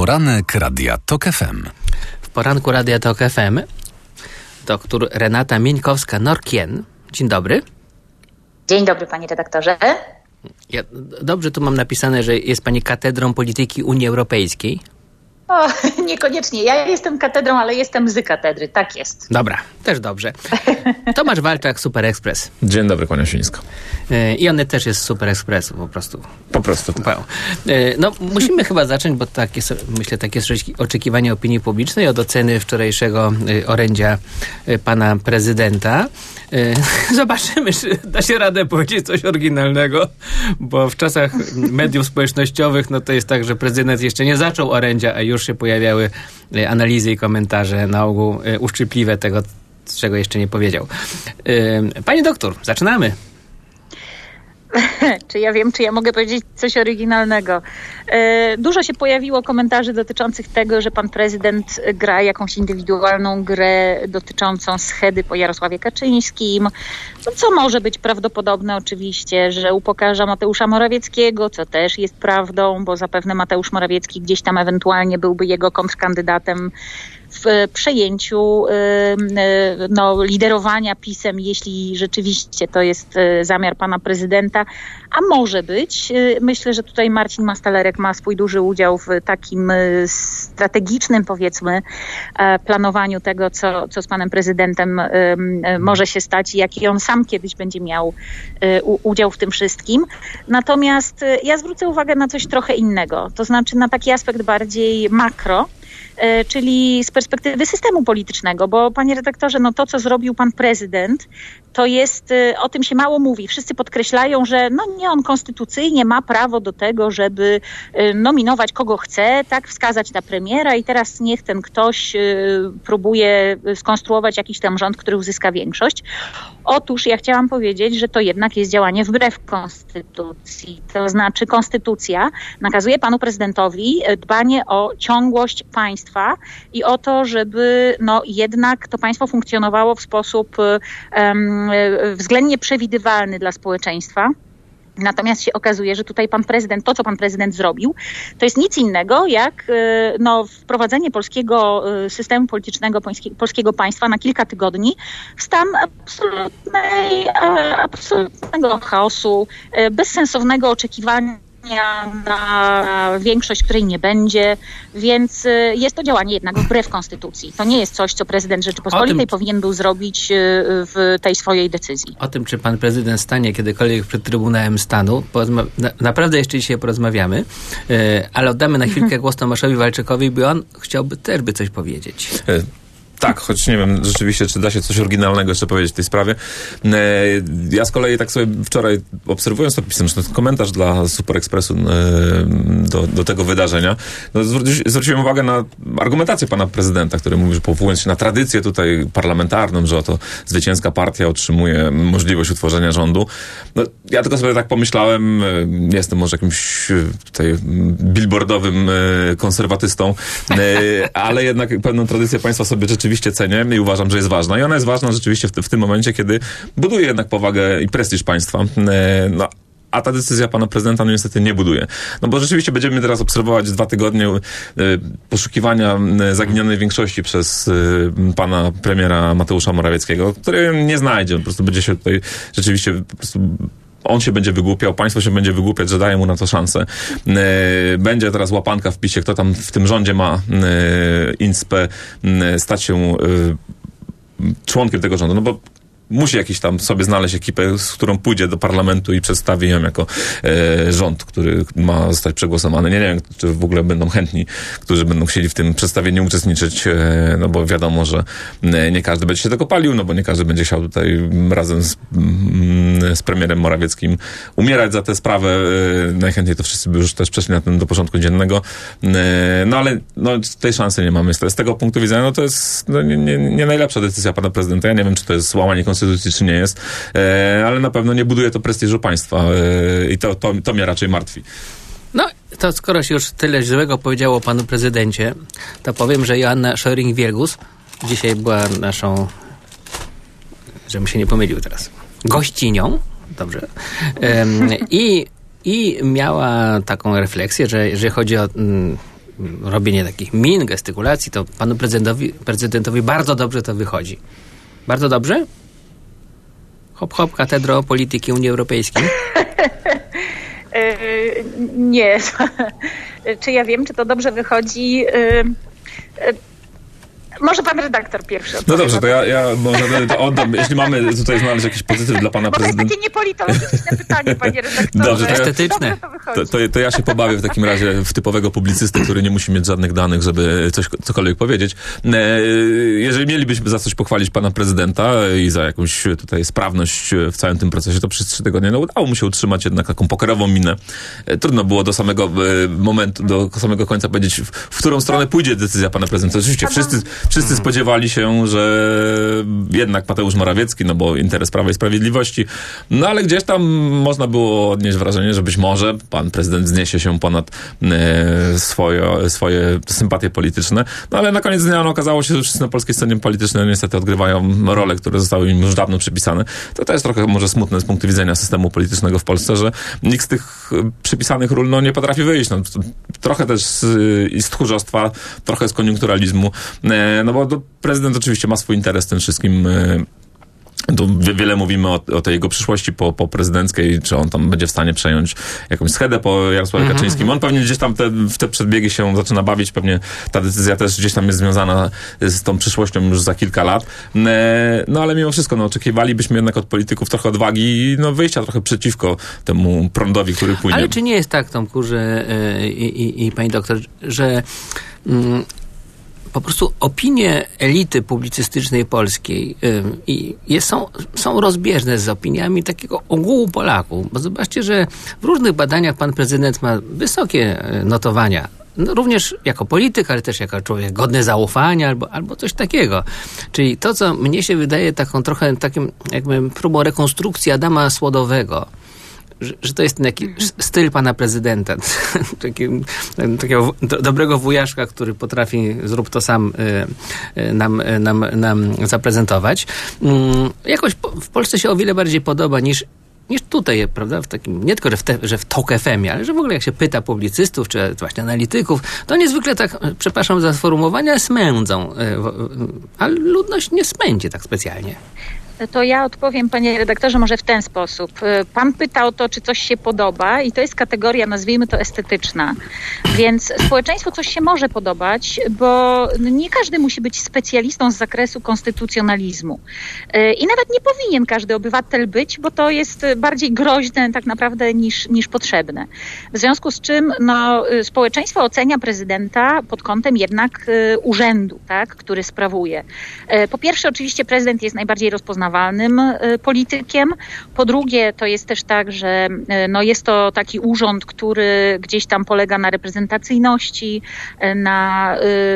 Poranek Radia TOK FM. W poranku Radia TOK FM doktor Renata Mieńkowska-Norkien. Dzień dobry. Dzień dobry, panie redaktorze. Ja dobrze tu mam napisane, że jest pani katedrą polityki Unii Europejskiej. O, niekoniecznie. Ja jestem katedrą, ale jestem z katedry. Tak jest. Dobra, też dobrze. Tomasz Walczak, Super Express. Dzień dobry, kłaniam się nisko. I on też jest z Super Expressu, po prostu. Po prostu. No, musimy chyba zacząć, bo myślę, takie oczekiwania opinii publicznej od oceny wczorajszego orędzia pana prezydenta. Zobaczymy, czy da się radę powiedzieć coś oryginalnego, bo w czasach mediów społecznościowych no to jest tak, że prezydent jeszcze nie zaczął orędzia, a już się pojawiały analizy i komentarze na ogół uszczypliwe tego, czego jeszcze nie powiedział. Pani doktor, zaczynamy. Czy ja wiem, czy ja mogę powiedzieć coś oryginalnego? Dużo się pojawiło komentarzy dotyczących tego, że pan prezydent gra jakąś indywidualną grę dotyczącą schedy po Jarosławie Kaczyńskim, co może być prawdopodobne oczywiście, że upokarza Mateusza Morawieckiego, co też jest prawdą, bo zapewne Mateusz Morawiecki gdzieś tam ewentualnie byłby jego kontrkandydatem w przejęciu liderowania PiS-em, jeśli rzeczywiście to jest zamiar pana prezydenta, a może być. Myślę, że tutaj Marcin Mastalerek ma swój duży udział w takim strategicznym, powiedzmy, planowaniu tego, co z panem prezydentem może się stać i jaki on sam kiedyś będzie miał udział w tym wszystkim. Natomiast ja zwrócę uwagę na coś trochę innego, to znaczy na taki aspekt bardziej makro, czyli z perspektywy systemu politycznego, bo panie redaktorze, no to, co zrobił pan prezydent, to jest, o tym się mało mówi. Wszyscy podkreślają, że no nie, on konstytucyjnie ma prawo do tego, żeby nominować kogo chce, tak, wskazać na premiera i teraz niech ten ktoś próbuje skonstruować jakiś tam rząd, który uzyska większość. Otóż ja chciałam powiedzieć, że to jednak jest działanie wbrew konstytucji. To znaczy konstytucja nakazuje panu prezydentowi dbanie o ciągłość państwa i o to, żeby jednak to państwo funkcjonowało w sposób względnie przewidywalny dla społeczeństwa. Natomiast się okazuje, że tutaj to, co pan prezydent zrobił, to jest nic innego jak wprowadzenie polskiego systemu politycznego, polskiego państwa na kilka tygodni w stan absolutnego chaosu, bezsensownego oczekiwania na większość, której nie będzie, więc jest to działanie jednak wbrew konstytucji. To nie jest coś, co prezydent Rzeczypospolitej powinien był zrobić w tej swojej decyzji. O tym, czy pan prezydent stanie kiedykolwiek przed Trybunałem Stanu, naprawdę jeszcze dzisiaj porozmawiamy, ale oddamy na chwilkę głos Tomaszowi Walczykowi, bo on chciałby też coś powiedzieć. Tak, choć nie wiem rzeczywiście, czy da się coś oryginalnego jeszcze powiedzieć w tej sprawie. Ja z kolei tak sobie wczoraj obserwując to, pisałem komentarz dla Super Expressu do tego wydarzenia. Zwróciłem uwagę na argumentację pana prezydenta, który mówi, że powołując się na tradycję tutaj parlamentarną, że oto zwycięska partia otrzymuje możliwość utworzenia rządu. Ja tylko sobie tak pomyślałem, jestem może jakimś tutaj billboardowym konserwatystą, ale jednak pewną tradycję państwa sobie rzeczywiście cenię i uważam, że jest ważna. I ona jest ważna rzeczywiście w tym momencie, kiedy buduje jednak powagę i prestiż państwa. A ta decyzja pana prezydenta niestety nie buduje. Bo rzeczywiście będziemy teraz obserwować 2 tygodnie poszukiwania zaginionej większości przez pana premiera Mateusza Morawieckiego, który nie znajdzie. Po prostu będzie się tutaj rzeczywiście on się będzie wygłupiał, państwo się będzie wygłupiać, że daje mu na to szansę. Będzie teraz łapanka w PiS-ie, kto tam w tym rządzie ma inspe stać się członkiem tego rządu. Bo musi jakiś tam sobie znaleźć ekipę, z którą pójdzie do parlamentu i przedstawi ją jako rząd, który ma zostać przegłosowany. Nie wiem, czy w ogóle będą chętni, którzy będą chcieli w tym przedstawieniu uczestniczyć, bo wiadomo, że nie każdy będzie się tego palił, bo nie każdy będzie chciał tutaj razem z premierem Morawieckim umierać za tę sprawę. Najchętniej to wszyscy by już też przeszli na tym do porządku dziennego. Ale tej szansy nie mamy. Z tego punktu widzenia to jest nie najlepsza decyzja pana prezydenta. Ja nie wiem, czy to jest łamanie konstytucji, czy nie jest, ale na pewno nie buduje to prestiżu państwa i to mnie raczej martwi. To skoro się już tyle złego powiedziało o panu prezydencie, to powiem, że Joanna Scheuring-Wielgus dzisiaj była naszą, żebym się nie pomylił teraz, gościnią, dobrze, i miała taką refleksję, że jeżeli chodzi o robienie takich min, gestykulacji, to panu prezydentowi bardzo dobrze to wychodzi. Bardzo dobrze? Hop, hop, katedro polityki Unii Europejskiej. Nie. Czy ja wiem, czy to dobrze wychodzi? Może pan redaktor pierwszy odpowie. No dobrze, to ja może to oddam. Jeśli mamy tutaj znaleźć jakiś pozytyw dla pana prezydenta. To jest takie niepolitologiczne pytanie, panie redaktorze. Dobrze, estetyczne. To ja się pobawię w takim razie w typowego publicysty, który nie musi mieć żadnych danych, żeby cokolwiek powiedzieć. Jeżeli mielibyśmy za coś pochwalić pana prezydenta i za jakąś tutaj sprawność w całym tym procesie, to przez 3 tygodnie udało mu się utrzymać jednak taką pokerową minę. Trudno było do samego momentu, do samego końca powiedzieć, w którą stronę pójdzie decyzja pana prezydenta. Oczywiście wszyscy spodziewali się, że jednak Mateusz Morawiecki, no bo interes Prawa i Sprawiedliwości, no ale gdzieś tam można było odnieść wrażenie, że być może pan prezydent zniesie się ponad swoje sympatie polityczne, no ale na koniec dnia okazało się, że wszyscy na polskiej scenie politycznej niestety odgrywają role, które zostały im już dawno przypisane. To też trochę może smutne z punktu widzenia systemu politycznego w Polsce, że nikt z tych przypisanych ról nie potrafi wyjść. No, trochę też z tchórzostwa, trochę z koniunkturalizmu. No bo prezydent oczywiście ma swój interes w tym wszystkim. Tu wiele mówimy o tej jego przyszłości po prezydenckiej, czy on tam będzie w stanie przejąć jakąś schedę po Jarosławie Kaczyńskim. On pewnie gdzieś tam w te przedbiegi się zaczyna bawić. Pewnie ta decyzja też gdzieś tam jest związana z tą przyszłością już za kilka lat. No ale mimo wszystko, oczekiwalibyśmy jednak od polityków trochę odwagi i wyjścia trochę przeciwko temu prądowi, który płynie. Ale czy nie jest tak, Tomku, że i pani doktor, że po prostu opinie elity publicystycznej polskiej są rozbieżne z opiniami takiego ogółu Polaków. Bo zobaczcie, że w różnych badaniach pan prezydent ma wysokie notowania. No, również jako polityk, ale też jako człowiek godny zaufania albo coś takiego. Czyli to, co mnie się wydaje taką trochę takim jakby próbą rekonstrukcji Adama Słodowego, że to jest ten styl pana prezydenta. Takiego dobrego wujaszka, który potrafi zrób to sam nam zaprezentować. Jakoś w Polsce się o wiele bardziej podoba niż tutaj, prawda, w takim, nie tylko, że w TOK FM-ie, ale że w ogóle jak się pyta publicystów, czy właśnie analityków, to niezwykle tak, przepraszam za sformułowanie, smędzą. Ale ludność nie smędzi tak specjalnie. To ja odpowiem, panie redaktorze, może w ten sposób. Pan pyta o to, czy coś się podoba i to jest kategoria, nazwijmy to estetyczna. Więc społeczeństwu coś się może podobać, bo nie każdy musi być specjalistą z zakresu konstytucjonalizmu. I nawet nie powinien każdy obywatel być, bo to jest bardziej groźne tak naprawdę niż potrzebne. W związku z czym społeczeństwo ocenia prezydenta pod kątem jednak urzędu, tak, który sprawuje. Po pierwsze, oczywiście prezydent jest najbardziej rozpoznawalny politykiem. Po drugie, to jest też tak, że jest to taki urząd, który gdzieś tam polega na reprezentacyjności, na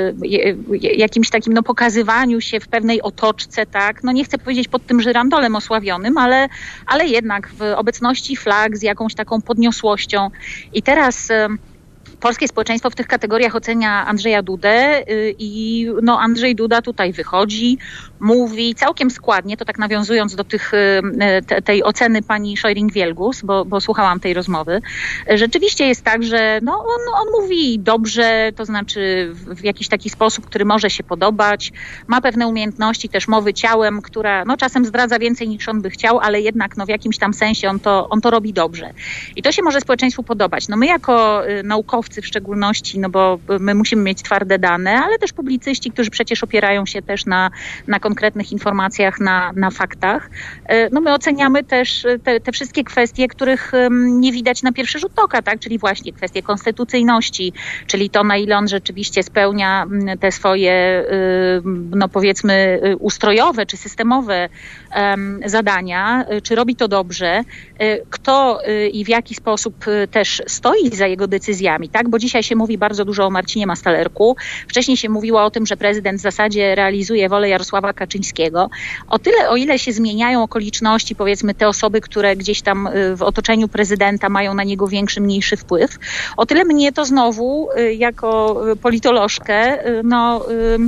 jakimś takim pokazywaniu się w pewnej otoczce, tak. Nie chcę powiedzieć pod tym żyrandolem osławionym, ale jednak w obecności flag z jakąś taką podniosłością. I teraz polskie społeczeństwo w tych kategoriach ocenia Andrzeja Dudę i Andrzej Duda tutaj wychodzi, mówi całkiem składnie, to tak nawiązując do tej oceny pani Scheuring-Wielgus, bo słuchałam tej rozmowy. Rzeczywiście jest tak, że on mówi dobrze, to znaczy w jakiś taki sposób, który może się podobać, ma pewne umiejętności też mowy ciałem, która czasem zdradza więcej niż on by chciał, ale jednak w jakimś tam sensie on to robi dobrze. I to się może społeczeństwu podobać. My jako naukowcy w szczególności, bo my musimy mieć twarde dane, ale też publicyści, którzy przecież opierają się też na konkretnych informacjach, na faktach. My oceniamy też te wszystkie kwestie, których nie widać na pierwszy rzut oka, tak? Czyli właśnie kwestie konstytucyjności, czyli to, na ile on rzeczywiście spełnia te swoje, powiedzmy, ustrojowe czy systemowe zadania, czy robi to dobrze, kto i w jaki sposób też stoi za jego decyzjami, tak? Bo dzisiaj się mówi bardzo dużo o Marcinie Mastalerku. Wcześniej się mówiło o tym, że prezydent w zasadzie realizuje wolę Jarosława Kaczyńskiego. O tyle, o ile się zmieniają okoliczności, powiedzmy te osoby, które gdzieś tam w otoczeniu prezydenta mają na niego większy, mniejszy wpływ, o tyle mnie to znowu jako politolożkę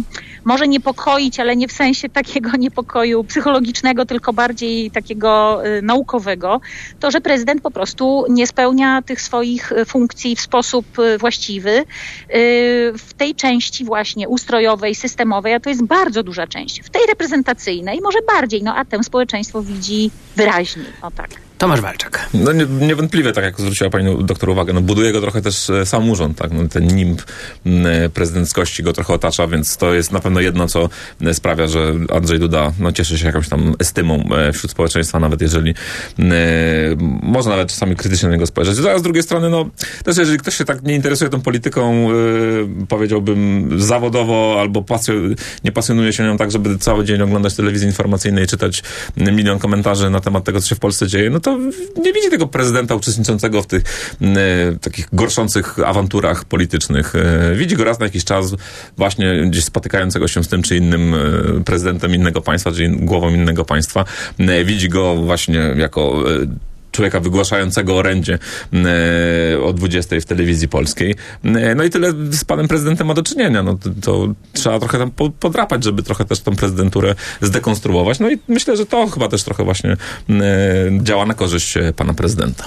może niepokoić, ale nie w sensie takiego niepokoju psychologicznego, tylko bardziej takiego naukowego, to, że prezydent po prostu nie spełnia tych swoich funkcji w sposób właściwy. W tej części właśnie ustrojowej, systemowej, a to jest bardzo duża część. W tej reprezentacyjnej może bardziej, a tę społeczeństwo widzi wyraźniej. O tak. Tomasz Walczak. No niewątpliwie, tak jak zwróciła pani doktor uwagę, buduje go trochę też sam urząd, tak? Ten nimb prezydenckości go trochę otacza, więc to jest na pewno jedno, co sprawia, że Andrzej Duda cieszy się jakąś tam estymą wśród społeczeństwa, nawet jeżeli można nawet czasami krytycznie na niego spojrzeć. A z drugiej strony, też jeżeli ktoś się tak nie interesuje tą polityką, powiedziałbym zawodowo, albo nie pasjonuje się nią tak, żeby cały dzień oglądać telewizję informacyjną i czytać milion komentarzy na temat tego, co się w Polsce dzieje, to nie widzi tego prezydenta uczestniczącego w tych takich gorszących awanturach politycznych. Widzi go raz na jakiś czas właśnie gdzieś spotykającego się z tym czy innym prezydentem innego państwa, czy głową innego państwa. Widzi go właśnie jako człowieka wygłaszającego orędzie o 20 w telewizji polskiej. No i tyle z panem prezydentem ma do czynienia. To trzeba trochę tam podrapać, żeby trochę też tą prezydenturę zdekonstruować. No i myślę, że to chyba też trochę właśnie działa na korzyść pana prezydenta.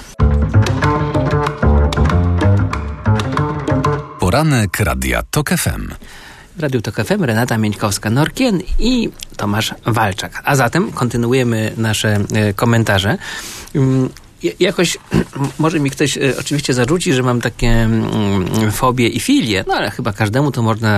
Poranek Radia TOK FM. W Radiu TOK FM Renata Mieńkowska-Norkien i Tomasz Walczak. A zatem kontynuujemy nasze komentarze. Jakoś może mi ktoś oczywiście zarzuci, że mam takie fobie i filie, ale chyba każdemu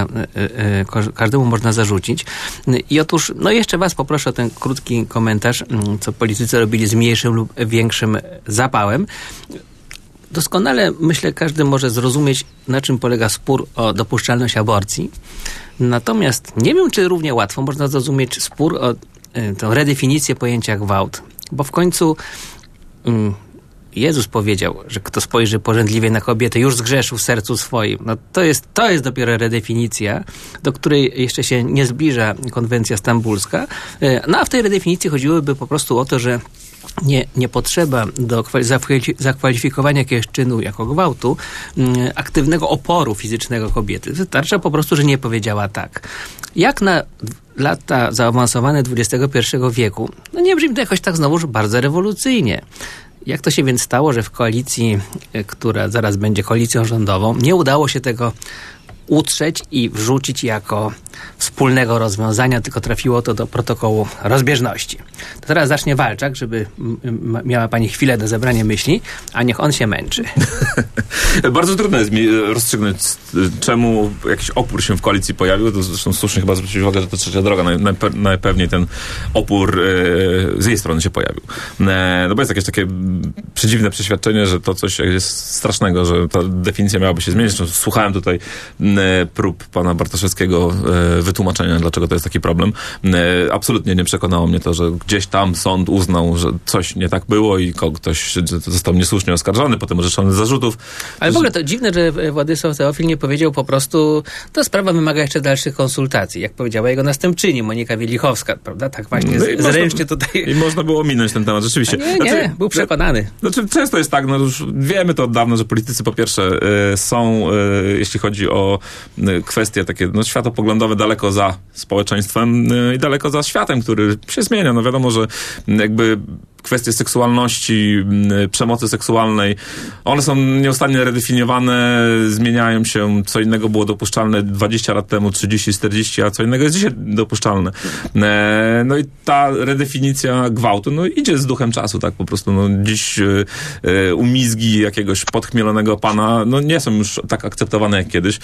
można zarzucić. I otóż, jeszcze was poproszę o ten krótki komentarz, co politycy robili z mniejszym lub większym zapałem. Doskonale, myślę, każdy może zrozumieć, na czym polega spór o dopuszczalność aborcji. Natomiast nie wiem, czy równie łatwo można zrozumieć spór o tę redefinicję pojęcia gwałt. Bo w końcu Jezus powiedział, że kto spojrzy pożądliwie na kobietę, już zgrzeszył w sercu swoim. To jest dopiero redefinicja, do której jeszcze się nie zbliża konwencja stambulska. A w tej redefinicji chodziłoby po prostu o to, że nie potrzeba do zakwalifikowania jakiegoś czynu jako gwałtu aktywnego oporu fizycznego kobiety. Wystarcza po prostu, że nie powiedziała tak. Jak na lata zaawansowane XXI wieku, nie brzmi to jakoś tak znowuż bardzo rewolucyjnie. Jak to się więc stało, że w koalicji, która zaraz będzie koalicją rządową, nie udało się tego utrzeć i wrzucić jako wspólnego rozwiązania, tylko trafiło to do protokołu rozbieżności. To teraz zacznie Walczak, żeby miała pani chwilę do zebrania myśli, a niech on się męczy. Bardzo trudno jest mi rozstrzygnąć, czemu jakiś opór się w koalicji pojawił. To zresztą słusznie chyba zwrócić uwagę, że to Trzecia Droga. Najpewniej ten opór z jej strony się pojawił. Bo jest jakieś takie przedziwne przeświadczenie, że to coś jest strasznego, że ta definicja miałaby się zmienić. Zresztą słuchałem tutaj prób pana Bartoszewskiego wytłumaczenia, dlaczego to jest taki problem. Absolutnie nie przekonało mnie to, że gdzieś tam sąd uznał, że coś nie tak było i ktoś został niesłusznie oskarżony, potem orzeczony z zarzutów. Ale w ogóle to dziwne, że Władysław Teofil nie powiedział po prostu, ta sprawa wymaga jeszcze dalszych konsultacji, jak powiedziała jego następczyni, Monika Wielichowska, prawda? Tak właśnie zręcznie tutaj... I można było ominąć ten temat, rzeczywiście. Nie, był przekonany. Często jest tak, już wiemy to od dawna, że politycy po pierwsze są, jeśli chodzi o kwestie takie światopoglądowe, daleko za społeczeństwem i daleko za światem, który się zmienia. Wiadomo, że jakby kwestie seksualności, przemocy seksualnej, one są nieustannie redefiniowane, zmieniają się, co innego było dopuszczalne 20 lat temu, 30, 40, a co innego jest dzisiaj dopuszczalne. I ta redefinicja gwałtu, idzie z duchem czasu, tak po prostu. Dziś umizgi jakiegoś podchmielonego pana, nie są już tak akceptowane jak kiedyś,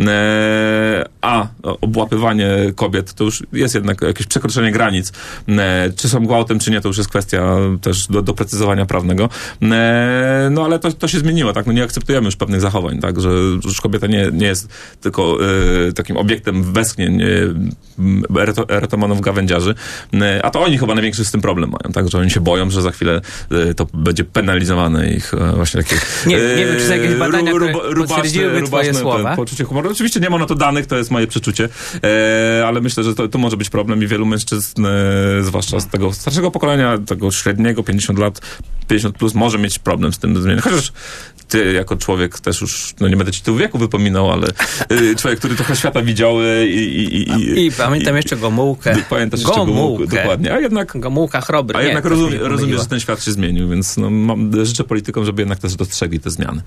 a obłapywanie kobiet to już jest jednak jakieś przekroczenie granic. Czy są gwałtem, czy nie, to już jest kwestia też do doprecyzowania prawnego. Ale to się zmieniło, tak? Nie akceptujemy już pewnych zachowań, tak? Że już kobieta nie jest tylko takim obiektem westchnień erotomanów gawędziarzy, a to oni chyba największy z tym problem mają, tak? Że oni się boją, że za chwilę to będzie penalizowane ich właśnie takie... Nie wiem, czy są jakieś badania, które potwierdziłyby twoje słowa. Poczucie humoru. Oczywiście nie ma na to danych, to jest moje przeczucie, ale myślę, że to może być problem i wielu mężczyzn, zwłaszcza z tego starszego pokolenia, tego średniego, niego 50 lat, 50 plus może mieć problem z tym zmieniem. Chociaż ty jako człowiek też już, no nie będę ci tu wieku wypominał, ale człowiek, który trochę świata widział I pamiętam jeszcze Gomułkę. Pamiętasz jeszcze Gomułkę, dokładnie. A jednak Gomułka chrobry. A jednak rozumiem, że ten świat się zmienił, więc życzę politykom, żeby jednak też dostrzegli te zmiany.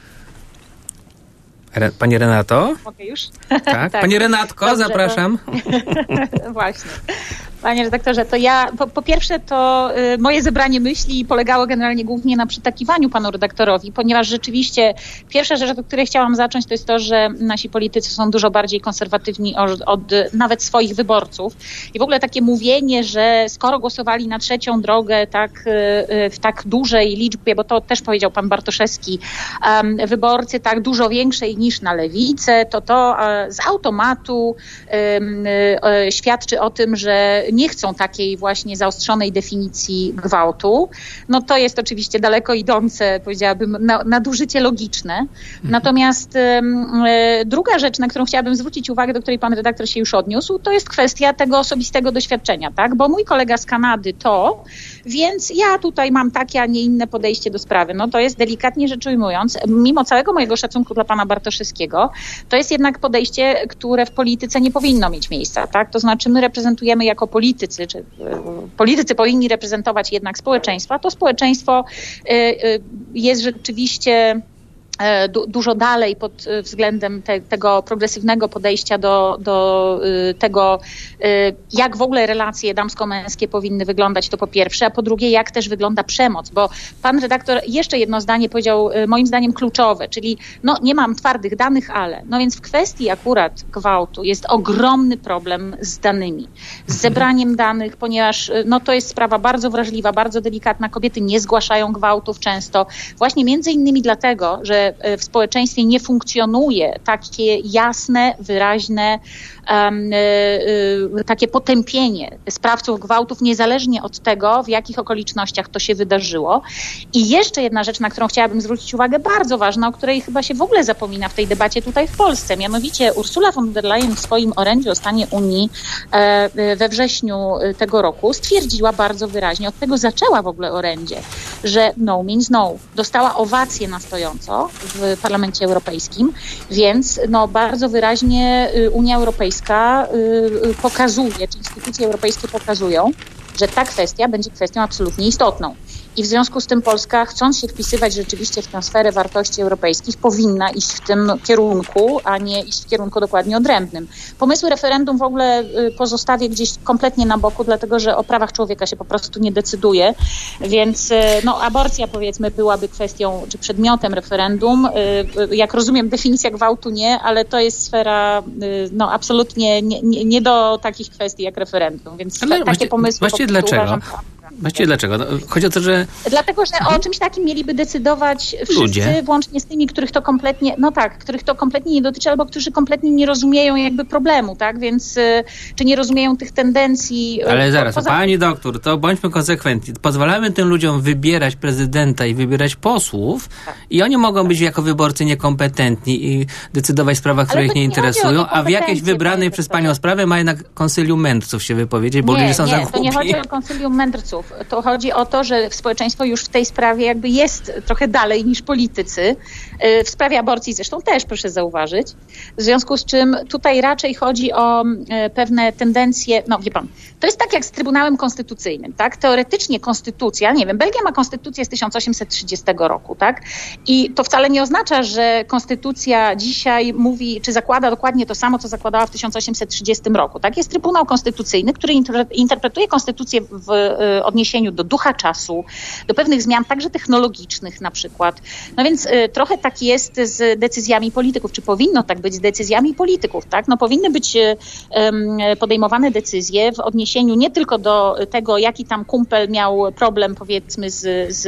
Pani Renato? Mogę już? Tak. Pani Renatko, dobrze, zapraszam. Właśnie. Panie redaktorze, to ja, po pierwsze to moje zebranie myśli polegało generalnie głównie na przytakiwaniu panu redaktorowi, ponieważ rzeczywiście pierwsza rzecz, od której chciałam zacząć, to jest to, że nasi politycy są dużo bardziej konserwatywni od nawet swoich wyborców. I w ogóle takie mówienie, że skoro głosowali na trzecią drogę tak, w tak dużej liczbie, bo to też powiedział pan Bartoszewski, wyborcy tak dużo większej niż na lewicę, to z automatu świadczy o tym, że nie chcą takiej właśnie zaostrzonej definicji gwałtu. No to jest oczywiście daleko idące, powiedziałabym, nadużycie logiczne. Natomiast druga rzecz, na którą chciałabym zwrócić uwagę, do której pan redaktor się już odniósł, to jest kwestia tego osobistego doświadczenia, tak? Bo mój kolega z Kanady więc ja tutaj mam takie, a nie inne podejście do sprawy. No to jest delikatnie rzecz ujmując, mimo całego mojego szacunku dla pana Bartoszewskiego, to jest jednak podejście, które w polityce nie powinno mieć miejsca, tak? To znaczy my reprezentujemy jako politycy, czy politycy powinni reprezentować jednak społeczeństwo, a to społeczeństwo jest rzeczywiście dużo dalej pod względem tego progresywnego podejścia do tego, jak w ogóle relacje damsko-męskie powinny wyglądać, to po pierwsze, a po drugie, jak też wygląda przemoc, bo pan redaktor jeszcze jedno zdanie powiedział, moim zdaniem kluczowe, czyli no nie mam twardych danych, ale, no więc w kwestii akurat gwałtu jest ogromny problem z danymi, z zebraniem danych, ponieważ no to jest sprawa bardzo wrażliwa, bardzo delikatna, kobiety nie zgłaszają gwałtów często, właśnie między innymi dlatego, że w społeczeństwie nie funkcjonuje takie jasne, wyraźne takie potępienie sprawców gwałtów, niezależnie od tego, w jakich okolicznościach to się wydarzyło. I jeszcze jedna rzecz, na którą chciałabym zwrócić uwagę, bardzo ważna, o której chyba się w ogóle zapomina w tej debacie tutaj w Polsce. Mianowicie Ursula von der Leyen w swoim orędziu o stanie Unii we wrześniu tego roku stwierdziła bardzo wyraźnie, od tego zaczęła w ogóle orędzie, że no means no. Dostała owację na stojąco w Parlamencie Europejskim, więc no bardzo wyraźnie Unia Europejska pokazuje, czy instytucje europejskie pokazują, że ta kwestia będzie kwestią absolutnie istotną. I w związku z tym Polska, chcąc się wpisywać rzeczywiście w tę sferę wartości europejskich, powinna iść w tym kierunku, a nie iść w kierunku dokładnie odrębnym. Pomysły referendum w ogóle pozostawię gdzieś kompletnie na boku, dlatego że o prawach człowieka się po prostu nie decyduje, więc no, aborcja powiedzmy byłaby kwestią czy przedmiotem referendum. Jak rozumiem, definicja gwałtu nie, ale to jest sfera no, absolutnie nie do takich kwestii jak referendum, więc takie pomysły właściwie dlaczego? Uważam, Właściwie dlaczego? No, chodzi o to, że... Dlatego, że o czymś takim mieliby decydować wszyscy, ludzie, włącznie z tymi, których to kompletnie, no tak, których to kompletnie nie dotyczy, albo którzy kompletnie nie rozumieją jakby problemu, tak? Więc czy nie rozumieją tych tendencji... Ale zaraz, pani doktor, to bądźmy konsekwentni. Pozwalamy tym ludziom wybierać prezydenta i wybierać posłów i oni mogą być jako wyborcy niekompetentni i decydować w sprawach, które ich nie interesują, a w jakiejś wybranej przez panią sprawie ma jednak konsylium mędrców się wypowiedzieć, bo ludzie są za głupi. To nie chodzi o konsylium mędrców. To chodzi o to, że społeczeństwo już w tej sprawie jakby jest trochę dalej niż politycy. W sprawie aborcji zresztą też, proszę zauważyć. W związku z czym tutaj raczej chodzi o pewne tendencje, no wie pan, to jest tak jak z Trybunałem Konstytucyjnym, tak? Teoretycznie konstytucja, nie wiem, Belgia ma konstytucję z 1830 roku, tak? I to wcale nie oznacza, że konstytucja dzisiaj mówi, czy zakłada dokładnie to samo, co zakładała w 1830 roku, tak? Jest Trybunał Konstytucyjny, który interpretuje konstytucję w odniesieniu do ducha czasu, do pewnych zmian także technologicznych na przykład. No więc trochę tak jest z decyzjami polityków, czy powinno tak być z decyzjami polityków, tak? No powinny być podejmowane decyzje w odniesieniu nie tylko do tego, jaki tam kumpel miał problem powiedzmy z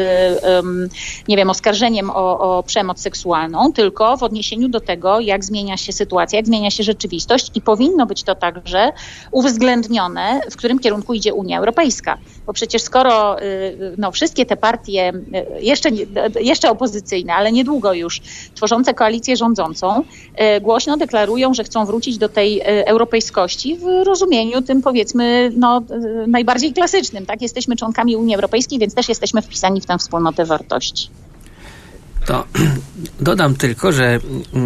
nie wiem, oskarżeniem o przemoc seksualną, tylko w odniesieniu do tego, jak zmienia się sytuacja, jak zmienia się rzeczywistość i powinno być to także uwzględnione, w którym kierunku idzie Unia Europejska. Bo przecież przecież skoro wszystkie te partie, jeszcze opozycyjne, ale niedługo już tworzące koalicję rządzącą, głośno deklarują, że chcą wrócić do tej europejskości w rozumieniu tym, powiedzmy, najbardziej klasycznym. Tak? Jesteśmy członkami Unii Europejskiej, więc też jesteśmy wpisani w tę wspólnotę wartości. To dodam tylko, że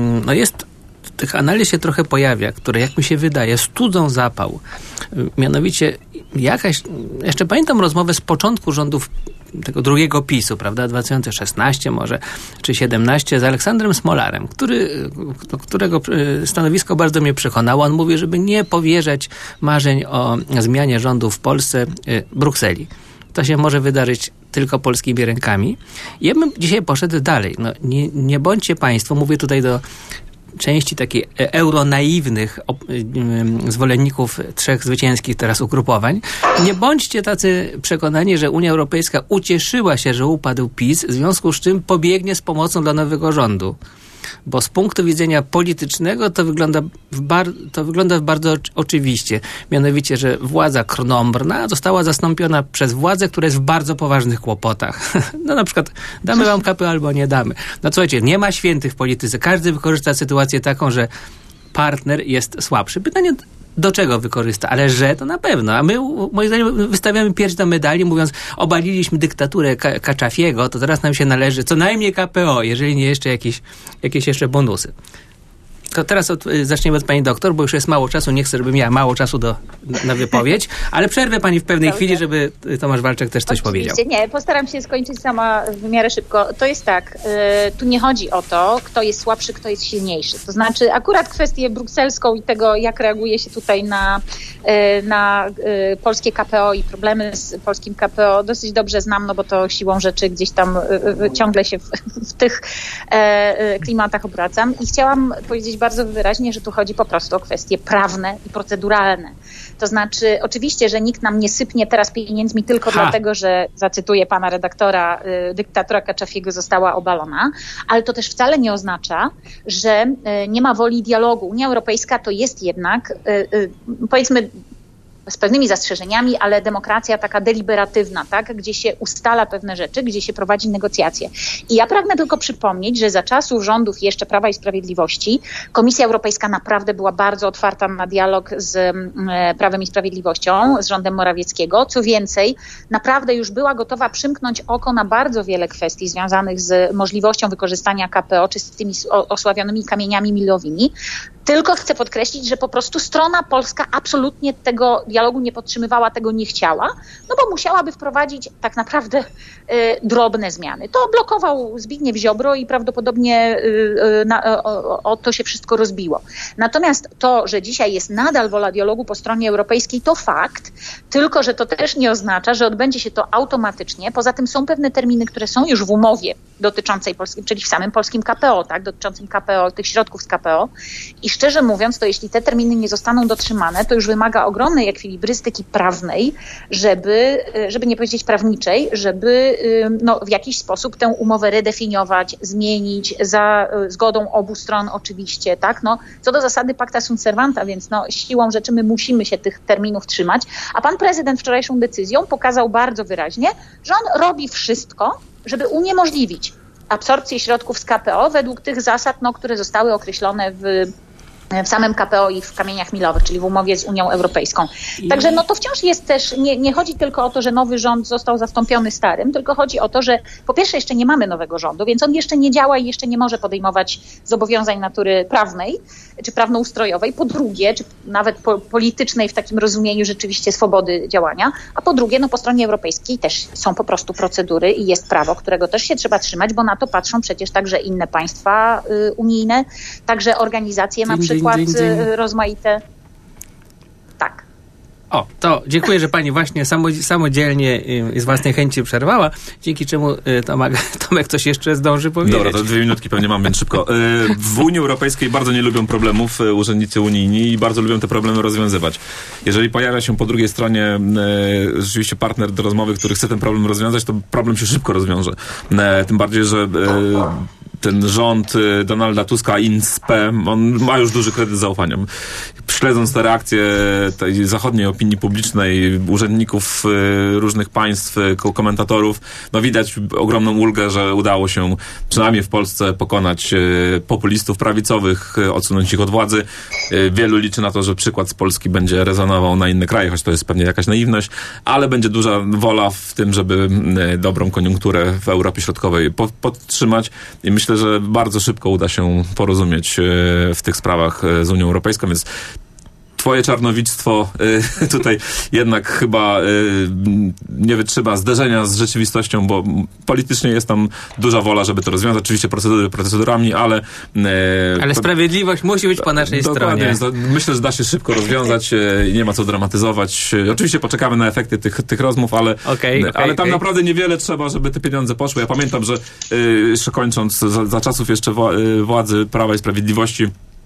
tych analiz się trochę pojawia, które, jak mi się wydaje, studzą zapał. Mianowicie jeszcze pamiętam rozmowę z początku rządów tego drugiego PiS-u, prawda, 2016 może, czy 17, z Aleksandrem Smolarem, którego stanowisko bardzo mnie przekonało. On mówi, żeby nie powierzać marzeń o zmianie rządu w Polsce Brukseli. To się może wydarzyć tylko polskimi rękami. Ja bym dzisiaj poszedł dalej. Nie bądźcie państwo, mówię tutaj do części takich euronaiwnych zwolenników 3 zwycięskich teraz ugrupowań. Nie bądźcie tacy przekonani, że Unia Europejska ucieszyła się, że upadł PiS, w związku z czym pobiegnie z pomocą dla nowego rządu. Bo z punktu widzenia politycznego to wygląda bardzo oczywiście. Mianowicie, że władza krnąbrna została zastąpiona przez władzę, która jest w bardzo poważnych kłopotach. Na przykład damy wam KPO albo nie damy. Słuchajcie, nie ma świętych w polityce. Każdy wykorzysta sytuację taką, że partner jest słabszy. Pytanie, do czego wykorzysta? Ale że to na pewno. A my, moim zdaniem, wystawiamy pierś do medali, mówiąc, obaliliśmy dyktaturę Kaczafiego, to teraz nam się należy co najmniej KPO, jeżeli nie jeszcze jakieś jeszcze bonusy. To teraz zaczniemy od pani doktor, bo już jest mało czasu. Nie chcę, żeby miała mało czasu na wypowiedź, ale przerwę pani w pewnej chwili, żeby Tomasz Walczak też coś powiedział. Nie, postaram się skończyć sama w miarę szybko. To jest tak, tu nie chodzi o to, kto jest słabszy, kto jest silniejszy. To znaczy akurat kwestię brukselską i tego, jak reaguje się tutaj na polskie KPO i problemy z polskim KPO dosyć dobrze znam, bo to siłą rzeczy gdzieś tam ciągle się w tych klimatach obracam i chciałam powiedzieć bardzo wyraźnie, że tu chodzi po prostu o kwestie prawne i proceduralne. To znaczy, oczywiście, że nikt nam nie sypnie teraz pieniędzmi tylko dlatego, że, zacytuję pana redaktora, dyktatura Kaczafiego została obalona, ale to też wcale nie oznacza, że nie ma woli dialogu. Unia Europejska to jest jednak, powiedzmy, z pewnymi zastrzeżeniami, ale demokracja taka deliberatywna, tak, gdzie się ustala pewne rzeczy, gdzie się prowadzi negocjacje. I ja pragnę tylko przypomnieć, że za czasów rządów jeszcze Prawa i Sprawiedliwości Komisja Europejska naprawdę była bardzo otwarta na dialog z Prawem i Sprawiedliwością, z rządem Morawieckiego. Co więcej, naprawdę już była gotowa przymknąć oko na bardzo wiele kwestii związanych z możliwością wykorzystania KPO, czy z tymi osławionymi kamieniami milowymi. Tylko chcę podkreślić, że po prostu strona polska absolutnie tego dialogu nie podtrzymywała, tego nie chciała, bo musiałaby wprowadzić tak naprawdę drobne zmiany. To blokował Zbigniew Ziobro i prawdopodobnie to się wszystko rozbiło. Natomiast to, że dzisiaj jest nadal wola dialogu po stronie europejskiej, to fakt, tylko że to też nie oznacza, że odbędzie się to automatycznie. Poza tym są pewne terminy, które są już w umowie dotyczącej Polski, czyli w samym polskim KPO, tak, dotyczącym KPO, tych środków z KPO. I szczerze mówiąc, to jeśli te terminy nie zostaną dotrzymane, to już wymaga ogromnej ekwilibrystyki prawnej, żeby nie powiedzieć prawniczej, żeby w jakiś sposób tę umowę redefiniować, zmienić za zgodą obu stron oczywiście, tak? Co do zasady pacta sunt servanda, więc siłą rzeczy my musimy się tych terminów trzymać, a pan prezydent wczorajszą decyzją pokazał bardzo wyraźnie, że on robi wszystko, żeby uniemożliwić absorpcję środków z KPO według tych zasad, które zostały określone w samym KPO i w kamieniach milowych, czyli w umowie z Unią Europejską. Także to wciąż jest też, nie chodzi tylko o to, że nowy rząd został zastąpiony starym, tylko chodzi o to, że po pierwsze jeszcze nie mamy nowego rządu, więc on jeszcze nie działa i jeszcze nie może podejmować zobowiązań natury prawnej, czy prawnoustrojowej, po drugie, czy nawet politycznej w takim rozumieniu rzeczywiście swobody działania, a po drugie, po stronie europejskiej też są po prostu procedury i jest prawo, którego też się trzeba trzymać, bo na to patrzą przecież także inne państwa unijne, także organizacje na przykład rozmaite. Tak. O, to dziękuję, że pani właśnie samodzielnie i z własnej chęci przerwała, dzięki czemu Tomek coś jeszcze zdąży powiedzieć. Dobra, to 2 minutki pewnie mam, więc szybko. W Unii Europejskiej bardzo nie lubią problemów urzędnicy unijni i bardzo lubią te problemy rozwiązywać. Jeżeli pojawia się po drugiej stronie rzeczywiście partner do rozmowy, który chce ten problem rozwiązać, to problem się szybko rozwiąże. Tym bardziej, że ten rząd Donalda Tuska, INSPE, on ma już duży kredyt zaufania. Śledząc te reakcje tej zachodniej opinii publicznej, urzędników różnych państw, komentatorów, no widać ogromną ulgę, że udało się przynajmniej w Polsce pokonać populistów prawicowych, odsunąć ich od władzy. Wielu liczy na to, że przykład z Polski będzie rezonował na inne kraje, choć to jest pewnie jakaś naiwność, ale będzie duża wola w tym, żeby dobrą koniunkturę w Europie Środkowej podtrzymać i myślę, że bardzo szybko uda się porozumieć w tych sprawach z Unią Europejską, więc twoje czarnowictwo tutaj jednak chyba nie wytrzyma zderzenia z rzeczywistością, bo politycznie jest tam duża wola, żeby to rozwiązać. Oczywiście procedurami, ale... Ale sprawiedliwość musi być po naszej stronie. Myślę, że da się szybko rozwiązać. Nie ma co dramatyzować. Oczywiście poczekamy na efekty tych rozmów, ale tam naprawdę niewiele trzeba, żeby te pieniądze poszły. Ja pamiętam, że jeszcze kończąc, za czasów jeszcze władzy Prawa i Sprawiedliwości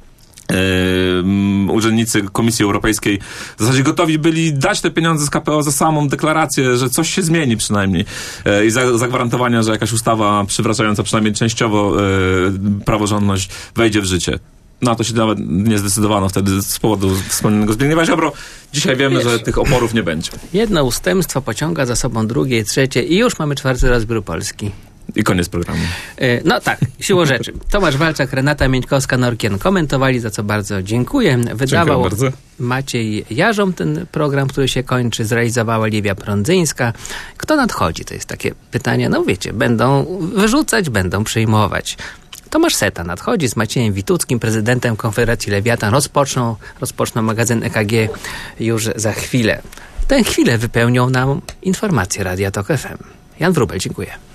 urzędnicy Komisji Europejskiej w zasadzie gotowi byli dać te pieniądze z KPO za samą deklarację, że coś się zmieni przynajmniej i zagwarantowania, że jakaś ustawa przywracająca przynajmniej częściowo praworządność wejdzie w życie. Na to się nawet nie zdecydowano wtedy z powodu wspomnianego Zbigniewa Ziobro. Dzisiaj wiemy, że tych oporów nie będzie. Jedno ustępstwo pociąga za sobą drugie, trzecie i już mamy 4. rozbiór Polski. I koniec programu. No tak, siłą rzeczy. Tomasz Walczak, Renata Mieńkowska-Norkien komentowali, za co bardzo dziękuję. Wydawał bardzo. Maciej Jarząb ten program, który się kończy. Zrealizowała Liwia Prądzyńska. Kto nadchodzi? To jest takie pytanie. No wiecie, będą wyrzucać, będą przyjmować. Tomasz Seta nadchodzi z Maciejem Wituckim, prezydentem Konfederacji Lewiatan. Rozpoczną magazyn EKG już za chwilę. Tę chwilę wypełnią nam informacje Radia Tok FM. Jan Wróbel, dziękuję.